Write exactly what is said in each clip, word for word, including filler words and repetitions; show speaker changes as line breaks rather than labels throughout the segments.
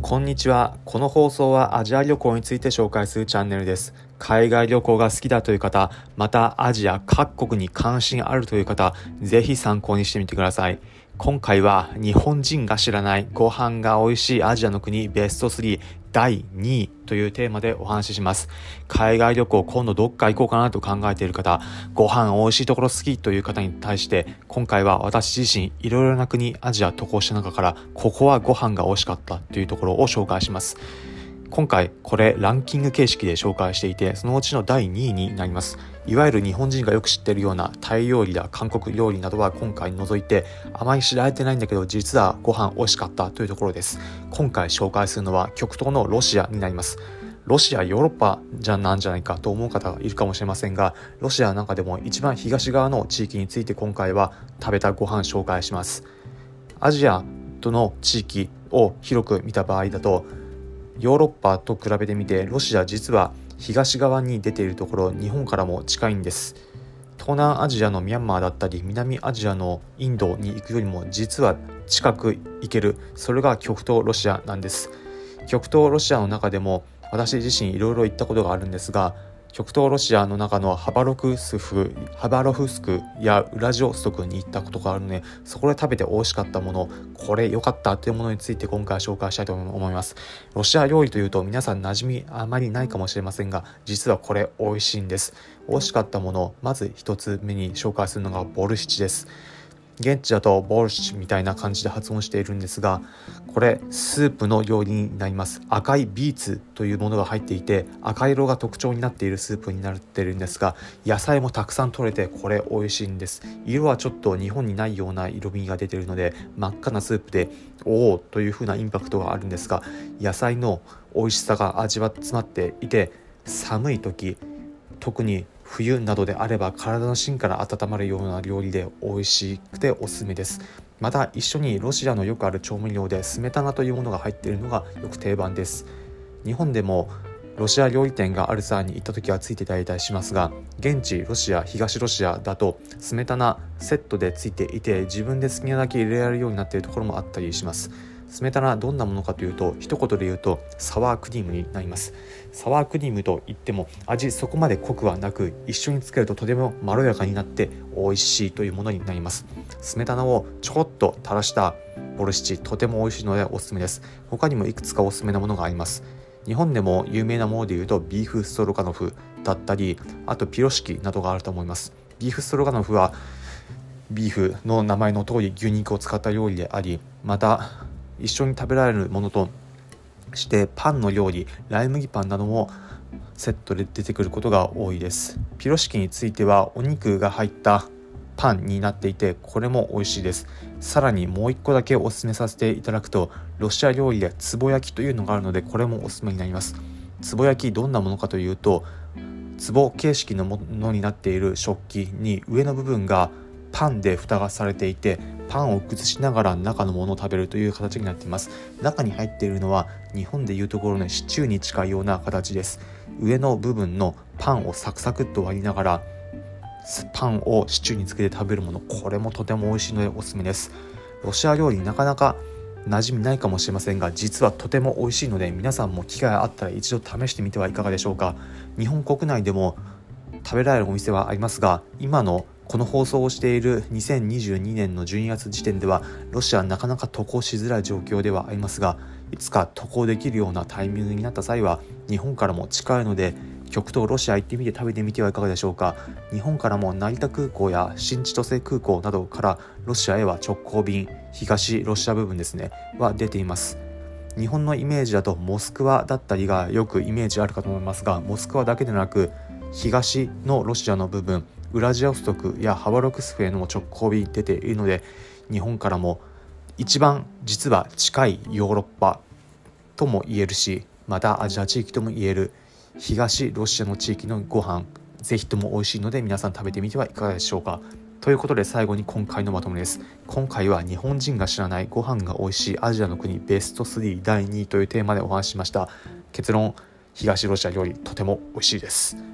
こんにちは。この放送はアジア旅行について紹介するチャンネルです。海外旅行が好きだという方、またアジア各国に関心あるという方、ぜひ参考にしてみてください。今回は日本人が知らないご飯が美味しいアジアの国ベストスリーだいにいというテーマでお話しします。海外旅行今度どっか行こうかなと考えている方、ご飯美味しいところ好きという方に対して、今回は私自身いろいろな国アジア渡航した中からここはご飯が美味しかったというところを紹介します。今回これランキング形式で紹介していて、そのうちのだいにいになります。いわゆる日本人がよく知っているようなタイ料理だ韓国料理などは今回除いて、あまり知られてないんだけど実はご飯美味しかったというところです。今回紹介するのは極東のロシアになります。ロシアヨーロッパじゃなんじゃないかと思う方がいるかもしれませんが、ロシアの中でも一番東側の地域について今回は食べたご飯紹介します。アジアとの地域を広く見た場合だと、ヨーロッパと比べてみてロシア実は東側に出ているところ、日本からも近いんです。東南アジアのミャンマーだったり南アジアのインドに行くよりも実は近く行ける、それが極東ロシアなんです。極東ロシアの中でも私自身いろいろ行ったことがあるんですが、極東ロシアの中のハバロフスク、ハバロフスクやウラジオストクに行ったことがあるので、そこで食べて美味しかったもの、これ良かったというものについて今回紹介したいと思います。ロシア料理というと皆さん馴染みあまりないかもしれませんが、実はこれ美味しいんです。美味しかったもの、まず一つ目に紹介するのがボルシチです。現地だとボルシチみたいな感じで発音しているんですが、これスープの料理になります。赤いビーツというものが入っていて、赤色が特徴になっているスープになっているんですが、野菜もたくさん取れてこれ美味しいんです。色はちょっと日本にないような色味が出ているので、真っ赤なスープでおおという風なインパクトがあるんですが、野菜の美味しさが味わって詰まっていて、寒い時、特に冬などであれば体の芯から温まるような料理で美味しくておすすめです。また一緒にロシアのよくある調味料でスメタナというものが入っているのがよく定番です。日本でもロシア料理店がある際に行った時はついていただいたりしますが、現地ロシア、東ロシアだとスメタナセットでついていて、自分で好きなだけ入れられるようになっているところもあったりします。スメタナどんなものかというと、一言で言うとサワークリームになります。サワークリームといっても味そこまで濃くはなく、一緒につけるととてもまろやかになって美味しいというものになります。スメタナをちょこっと垂らしたボルシチ、とても美味しいのでおすすめです。他にもいくつかおすすめなものがあります。日本でも有名なものでいうとビーフストロガノフだったり、あとピロシキなどがあると思います。ビーフストロガノフはビーフの名前の通り牛肉を使った料理であり、また一緒に食べられるものとしてパンの料理、ライ麦パンなどもセットで出てくることが多いです。ピロシキについてはお肉が入ったパンになっていて、これも美味しいです。さらにもう一個だけおすすめさせていただくと、ロシア料理でつぼ焼きというのがあるので、これもおすすめになります。つぼ焼きどんなものかというと、壺形式のものになっている食器に上の部分がパンで蓋がされていて、パンを崩しながら中のものを食べるという形になっています。中に入っているのは日本でいうところのシチューに近いような形です。上の部分のパンをサクサクっと割りながらパンをシチューにつけて食べるもの、これもとても美味しいのでおすすめです。ロシア料理なかなか馴染みないかもしれませんが、実はとても美味しいので、皆さんも機会があったら一度試してみてはいかがでしょうか。日本国内でも食べられるお店はありますが、今のこの放送をしているにせんにじゅうにねんのじゅうにがつ時点ではロシアはなかなか渡航しづらい状況ではありますが、いつか渡航できるようなタイミングになった際は日本からも近いので、極東ロシア行ってみて食べてみてはいかがでしょうか。日本からも成田空港や新千歳空港などからロシアへは直行便、東ロシア部分ですねは出ています。日本のイメージだとモスクワだったりがよくイメージあるかと思いますが、モスクワだけでなく東のロシアの部分、ウラジオストクやハバロフスクへの直行便出ているので、日本からも一番実は近いヨーロッパとも言えるし、またアジア地域とも言える東ロシアの地域のご飯、ぜひとも美味しいので皆さん食べてみてはいかがでしょうか。ということで最後に今回のまとめです。今回は日本人が知らないご飯が美味しいアジアの国ベストスリーだいにいというテーマでお話ししました。結論、東ロシア料理とても美味しいです。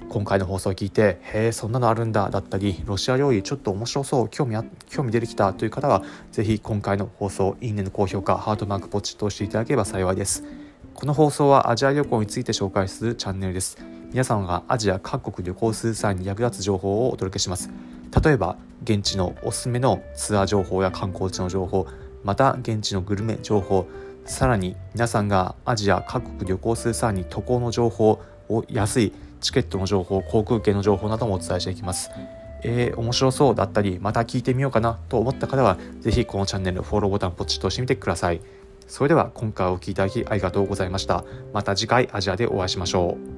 今回の放送を聞いて、へえそんなのあるんだだったり、ロシア料理ちょっと面白そう、興味あ興味出てきたという方は、ぜひ今回の放送、いいねの高評価、ハートマークポチッと押していただければ幸いです。この放送はアジア旅行について紹介するチャンネルです。皆さんがアジア各国旅行する際に役立つ情報をお届けします。例えば現地のおすすめのツアー情報や観光地の情報、また現地のグルメ情報、さらに皆さんがアジア各国旅行する際に渡航の情報を、安いチケットの情報、航空券の情報などもお伝えしていきます。えー、面白そうだったり、また聞いてみようかなと思った方は、ぜひこのチャンネルフォローボタンポチッと押してみてください。それでは今回お聞きいただきありがとうございました。また次回アジアでお会いしましょう。